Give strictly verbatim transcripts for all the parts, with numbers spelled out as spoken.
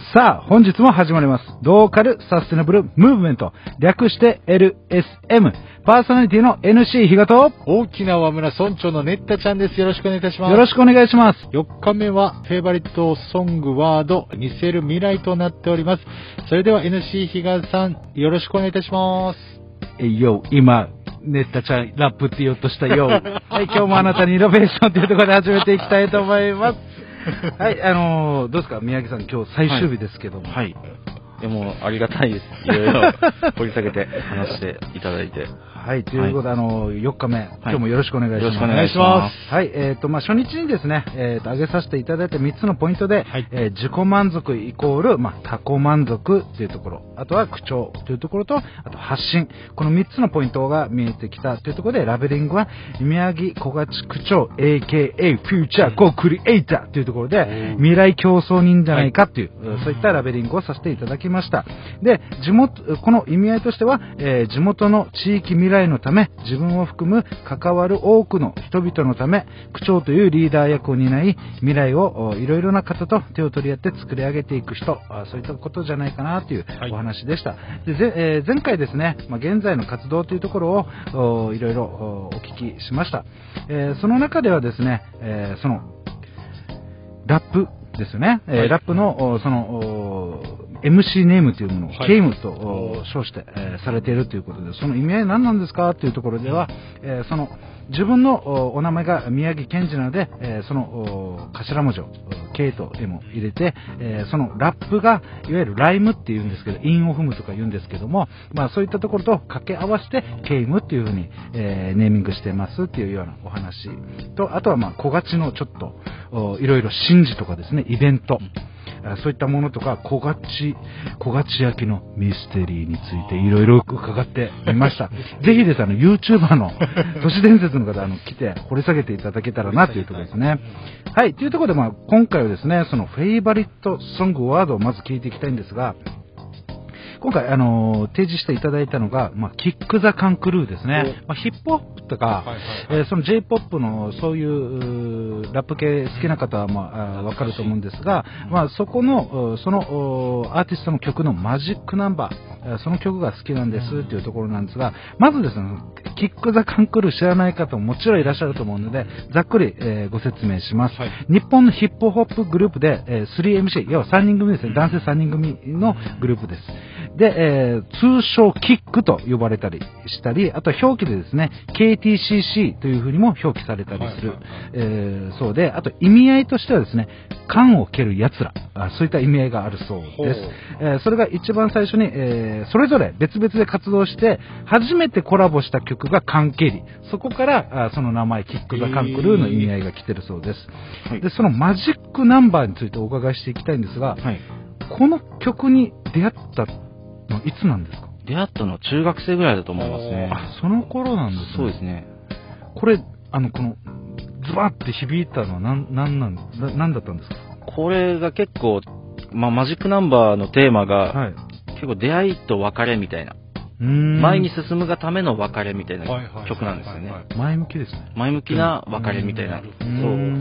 さあ、本日も始まります。ローカルサステナブルムーブメント。略して エルエスエム。パーソナリティの エヌシー 比嘉と、 大きな和村村長のねったちゃんです。よろしくお願いいたします。 よろしくお願いします。 よっかめは、フェイバリットソングワード、似せる未来となっております。それでは エヌシー 比嘉さん、よろしくお願いいたします。 えいよ、今、ねったちゃん、ラップって言おうとしたよ。はい、今日もあなたにイノベーションというところで始めていきたいと思います。はい、あのー、どうですか、宮城さん、今日最終日ですけども。 はい。でも、ありがたいです。いろいろ掘り下げて話していただいて。 はい、ということで、はい、あの、よっかめ、はい、今日もよろしくお願いします。 よろしくお願いします。 はい、えっ、ー、と、まあ、初日にですね、えっ、ー、と、挙げさせていただいたみっつのポイントで、はい、えー、自己満足イコール、まあ、他己満足というところ、あとは口調というところと、あと発信。このみっつのポイントが見えてきたというところで、ラベリングは、宮城小勝区長、エーケーエー フューチャーコクリエイターというところで、未来競争人じゃないかという、はい、そういったラベリングをさせていただきました。で、地元、この意味合いとしては、えー、地元の地域未来のため、自分を含む関わる多くの人々のため、区長というリーダー役を担い、未来をいろいろな方と手を取り合って作り上げていく人、そういったことじゃないかなというお話でした。はい、で、えー、前回ですね、まあ、現在の活動というところをいろいろお聞きしました。えー、その中ではですね、えー、そのラップですよね、はい、えー、ラップのそのエムシー ネームというものを、はい、ケイムと称して、えー、されているということで、その意味合いは何なんですかというところでは、えー、その自分のお名前が宮城健二なので、えー、その頭文字を K と M を入れて、えー、そのラップがいわゆるライムっていうんですけど、韻を踏むとか言うんですけども、まあそういったところと掛け合わせてケイムっていうふうに、えー、ネーミングしてますっていうようなお話と、あとはまあ小勝のちょっといろいろ神事とかですね、イベント、そういったものとか、小勝、小勝焼きのミステリーについていろいろ伺ってみました。ぜひです、あの、YouTuber の都市伝説の方、あの、来て掘り下げていただけたらなというところですね。はい、というところで、まあ、今回はですね、そのフェイバリットソングワードをまず聞いていきたいんですが、今回、あのー、提示していただいたのが、まあ、キック・ザ・カンクルーですね。まあ、ヒップホップとか、はいはいはい、えー、その J-ポップ のそういうラップ系好きな方は、まあ、わかると思うんですが、まあ、そこの、そのアーティストの曲のマジックナンバー、その曲が好きなんですっていうところなんですが、まずですね、キック・ザ・カンクルー知らない方ももちろんいらっしゃると思うので、ざっくり、えー、ご説明します。はい、日本のヒップホップグループで、えー、スリーエムシー、要はさんにん組ですね、男性さんにん組のグループです。で、えー、通称キックと呼ばれたりしたり、あとは表記でですね、ケーティーシーシー というふうにも表記されたりする、えー、そうで、あと意味合いとしてはですね、缶を蹴る奴ら、あ、そういった意味合いがあるそうです。えー、それが一番最初に、えー、それぞれ別々で活動して、初めてコラボした曲が缶蹴り。そこから、あその名前、キック・ザ・カンクルーの意味合いが来てるそうです。はい、で、そのマジックナンバーについてお伺いしていきたいんですが、はい、この曲に出会ったいつなんですか？ 出会ったのは中学生ぐらいだと思いますね。 あ、その頃なんですね。 そうですね。 これ、あの、この、ズバーって響いたのは何、何なん、何だったんですか？ これが結構、まあ、マジックナンバーのテーマが、はい、結構出会いと別れみたいな。うーん、前に進むがための別れみたいな曲なんですよね。 前向きですね。 前向きな別れみたいな。そう、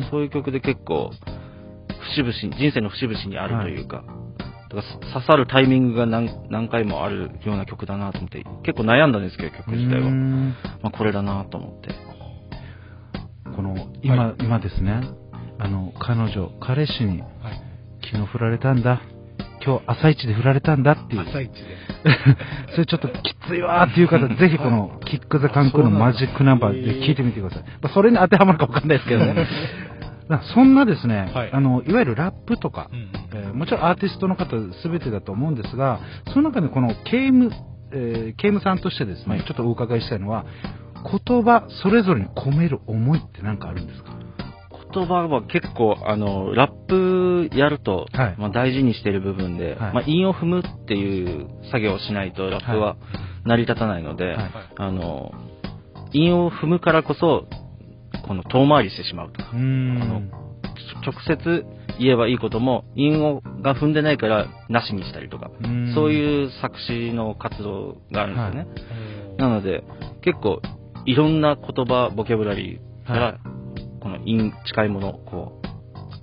そういう曲で結構、節々に、人生の節々にあるというか、はい、だから刺さるタイミングが 何, 何回もあるような曲だなと思って結構悩んだんですけど、曲自体は、まあ、これだなと思って、 この 今,、はい、今ですね、あの彼女彼氏に、はい、昨日振られたんだ、今日朝一で振られたんだっていう、 朝一でそれちょっときついわーっていう方ぜひこのキック・ザ・カンクルーのマジックナンバーで聞いてみてください。まあ、それに当てはまるか分かんないですけどねそんなですね、はい、あのいわゆるラップとか、うんえー、もちろんアーティストの方全てだと思うんですが、その中でこのケイム、えー、ケイムさんとしてですね、はい、ちょっとお伺いしたいのは、言葉それぞれに込める思いって何かあるんですか？ 言葉は結構あのラップやると、はい、まあ、大事にしている部分で、はい、まあ、韻を踏むっていう作業をしないとラップは成り立たないので、はいはい、あの韻を踏むからこそこの遠回りしてしまうとか、うーん、あの直接言えばいいことも韻をが踏んでないからなしにしたりとか、うーん、そういう作詞の活動があるんですよね。はい、なので結構いろんな言葉ボキャブラリーから、はい、この韻近いものをこう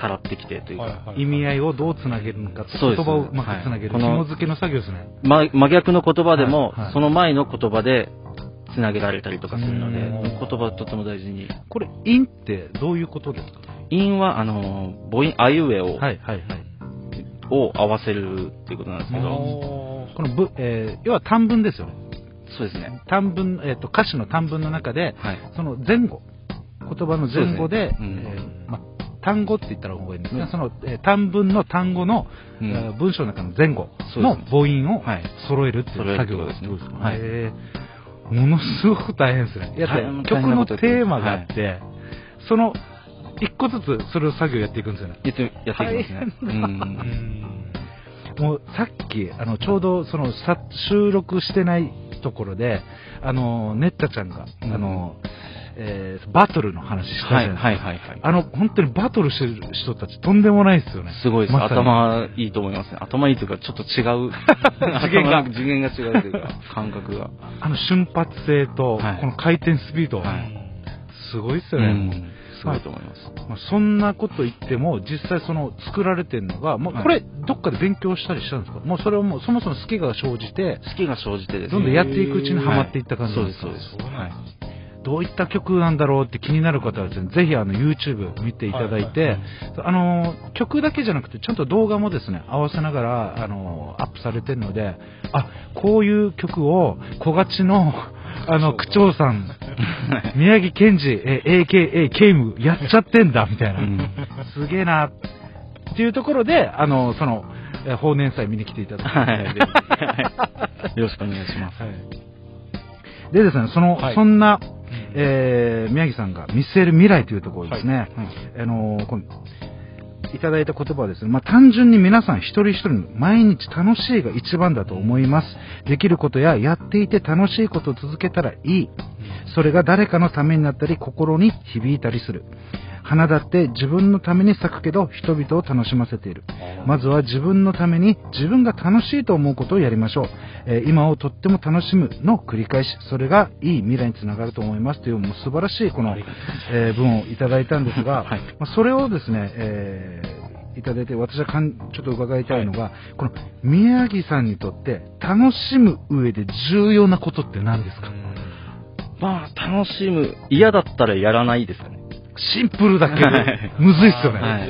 からってきてというか、はいはいはい、 意味合いをどうつなげるのか、言葉をうまくつなげる、はい、紐付けの作業ですね。 ま、真逆の言葉でも、はいはい、その前の言葉でつなげられたりとかするので、言葉とても大事に。 これ、韻ってどういうことですか？ 韻は、あの、母音、あいうえを、 はいはいはい、 を合わせるっていうことなんですけど、 このぶ、えー、要は単文ですよね。 そうですね。 単文、えっと、歌詞の単文の中で、はい、その前後、言葉の前後で、でね、うんえーま、単語って言ったら方がいいんですね。うん、その、えー、単文の単語の、うんえー、文章の中の前後の母音を揃えるっていう作業ですね。はい、えー、ものすごく大変ですね。やって、曲のテーマがあって、はい、その、一個ずつそれを作業やっていくんですよね。 やって、やっていきますね。うんもうさっき、あの、ちょうどその、さ収録してないところで、あの、ネッタちゃんが、うん、あの、えー、バトルの話したじゃないですか。はいはいはいはい。あの、本当にバトルしてる人たちとんでもないですよね。 すごいです。ま、頭いいと思いますね。頭いいというか、ちょっと違う。次元が、次元が違うというか、感覚が。 あの、瞬発性と、はい、この回転スピード、はい、すごいですよね。うんすごいと思います。 まあ、そんなこと言っても、実際その作られてるのが、もうこれ、どっかで勉強したりしたんですか？もうそれをもうそもそも好きが生じて、 好きが生じてですね。 どんどんやっていくうちにハマっていった感じですか？ はい、そうです、そうです。はい。 どういった曲なんだろうって気になる方はですね、ぜひあの YouTube 見ていただいて、はいはいはい、あの曲だけじゃなくてちゃんと動画もですね合わせながらあのアップされてるので、あこういう曲を小勝ちのあの区長さん宮城健二 エーケーエー ケイムやっちゃってんだみたいな、うん、すげえなっていうところであのその法年祭見に来ていただきます、 はい、よろしくお願いします。はい、 でですねその、はい、そんなえー、宮城さんが見据える未来というところですね、はいはい、あのー、このいただいた言葉はですね、まあ、単純に皆さん一人一人毎日楽しいが一番だと思います。できることややっていて楽しいことを続けたらいい。それが誰かのためになったり心に響いたりする。花だって自分のために咲くけど人々を楽しませている。まずは自分のために自分が楽しいと思うことをやりましょう。えー、今をとっても楽しむの繰り返し、それがいい未来につながると思いますというもう素晴らしいこの、えー、文をいただいたんですが、はい、まあ、それをですね、えー、いただいて私はかんちょっと伺いたいのが、はい、この宮城さんにとって楽しむ上で重要なことって何ですか？ まあ楽しむ、嫌だったらやらないですかね。 シンプルだけど、むずいっすよね。 はい、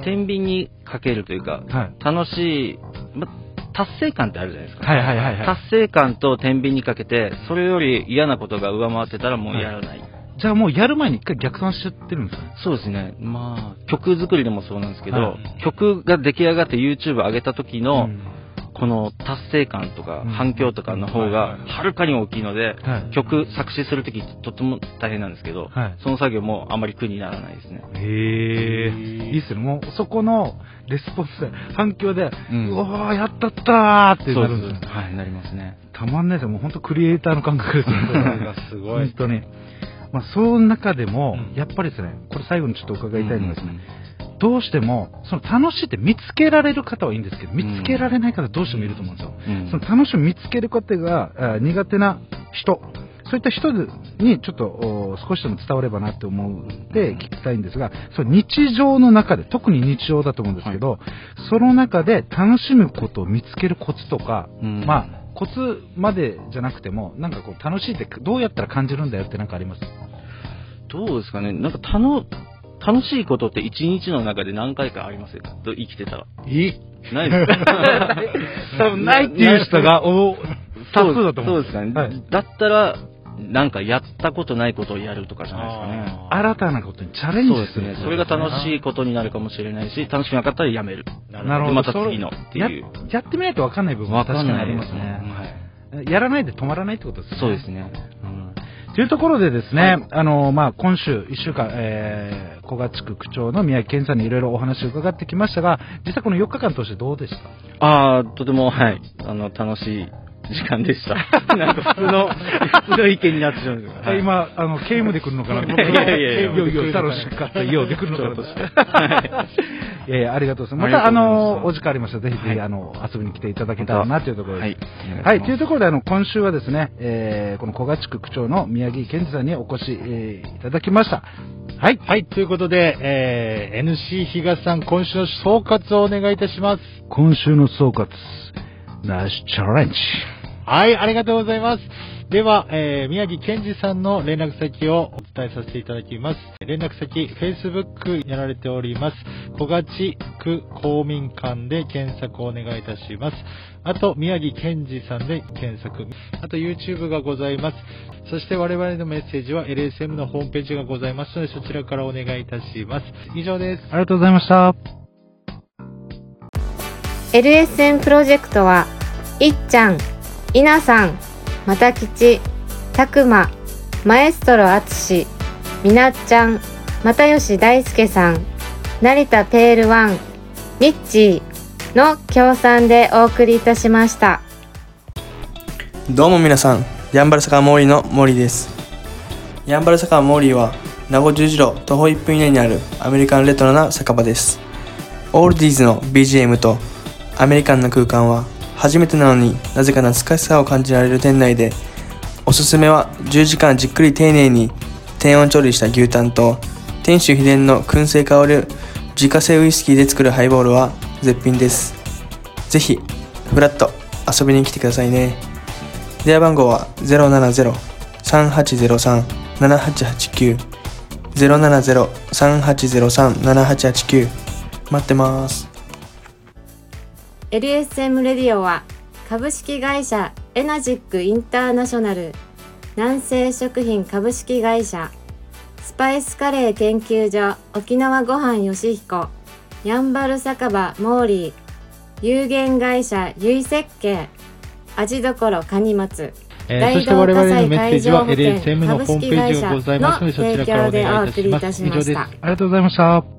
天秤にかけるというか、はい、楽しい、ま、達成感ってあるじゃないですか。 はいはいはいはい、 達成感と天秤にかけて、それより嫌なことが上回ってたらもうやらない。はい、 じゃあもうやる前に一回逆算しちゃってるんですか？ そうですね。まあ、曲作りでもそうなんですけど、はい、曲が出来上がって YouTube 上げた時の、うん、この達成感とか反響とかの方がはるかに大きいので、はい、曲作詞するときとっても大変なんですけど、はい、その作業もあまり苦にならないですね。 へー、いいっすね。もうそこのレスポンスで反響で、うん、うわーやったったーってなるんですね。 はい、なりますね。 たまんないですよ。もう本当クリエイターの感覚ですね。 すごい。 本当に。まあその中でも、うん、やっぱりですね、これ最後にちょっと伺いたいのがですね、うんうんうん、どうしてもその楽しいって見つけられる方はいいんですけど、見つけられない方どうしてもいると思うんですよ。うん、その楽しみを見つける方が苦手な人、そういった人にちょっと少しでも伝わればなって思って聞きたいんですが、その日常の中で、特に日常だと思うんですけど、はい、その中で楽しむことを見つけるコツとか、うん、まあコツまでじゃなくても、なんかこう楽しいってどうやったら感じるんだよってなんかあります？ どうですかね。なんか楽楽しいことって一日の中で何回かありますよ。生きてたら。 え？ ないですか？ 多分ないっていう人が多数だと思う。 そうですかね。はい、だったら、なんかやったことないことをやるとかじゃないですかね。 新たなことにチャレンジする。 そうですね。それが楽しいことになるかもしれないし、楽しくなかったらやめる。 なるほど。 また次のっていう。 や、やってみないと分かんない部分は確かにありますね。はい。やらないで止まらないってことですね。 そうですね。 うん、というところでですね、はい、あの、まあ、今週いっしゅうかん、えー、古賀地区区長の宮城健さんにいろいろお話を伺ってきましたが、実際このよっかかん通してどうでした？ ああ、とても、はい、あの、楽しい時間でした。なんか普通の、普通の意見になってしまうんですけど。はい、 今、あの、ケイムで来るのかなと思って。 いやいやいや、 いやいや、楽しかった。いや、で来るのかなと思って。いやいや、ありがとうございます。また、あの、お時間ありましたら、ぜひぜひ、あの、遊びに来ていただけたらな、というところです。はい。はい、というところで、あの、今週はですね、えー、この古賀地区区長の宮城健二さんにお越し、えー、いただきました。 はい。はい。ということで、えー、エヌシー 比嘉さん、今週の総括をお願いいたします。 今週の総括、ナイスチャレンジ。 はい、ありがとうございます。では、えー、宮城健二さんの連絡先をお伝えさせていただきます。連絡先、Facebook やられております。小勝区公民館で検索をお願いいたします。あと、宮城健二さんで検索。あと、YouTube がございます。そして我々のメッセージは エルエスエム のホームページがございますので、そちらからお願いいたします。以上です。 ありがとうございました。 エルエスエム プロジェクトは、いっちゃん、いなさん、またきち、たくま、マエストロあつし、みなっちゃん、またよし大輔さん、成田ペールワン、ミッチーの協賛でお送りいたしました。 どうも皆さん、やんばる坂モーリーのモーリーです。やんばる坂モーリーは名護十字路徒歩いっぷん以内にあるアメリカンレトロな酒場です。オールディーズの ビージーエム とアメリカンな空間は初めてなのになぜか懐かしさを感じられる店内で、おすすめはじゅうじかんじっくり丁寧に低温調理した牛タンと店主秘伝の燻製香る自家製ウイスキーで作るハイボールは絶品です。ぜひフラッと遊びに来てくださいね。電話番号は ゼロななゼロ さんはちゼロさん ななはちはちきゅう ゼロななゼロ さんはちゼロさん ななはちはちきゅう 待ってます。 エルエスエム レディオは株式会社エナジックインターナショナル、南西食品株式会社、スパイスカレー研究所沖縄ごはんよしひこ、やんばる酒場モーリー、有限会社ゆい設計、味どころかにまつ、 えー、そして我々のメッセージは エルエスエム のホームページがございますので、そちらからお願いいたします。以上です。 ありがとうございました。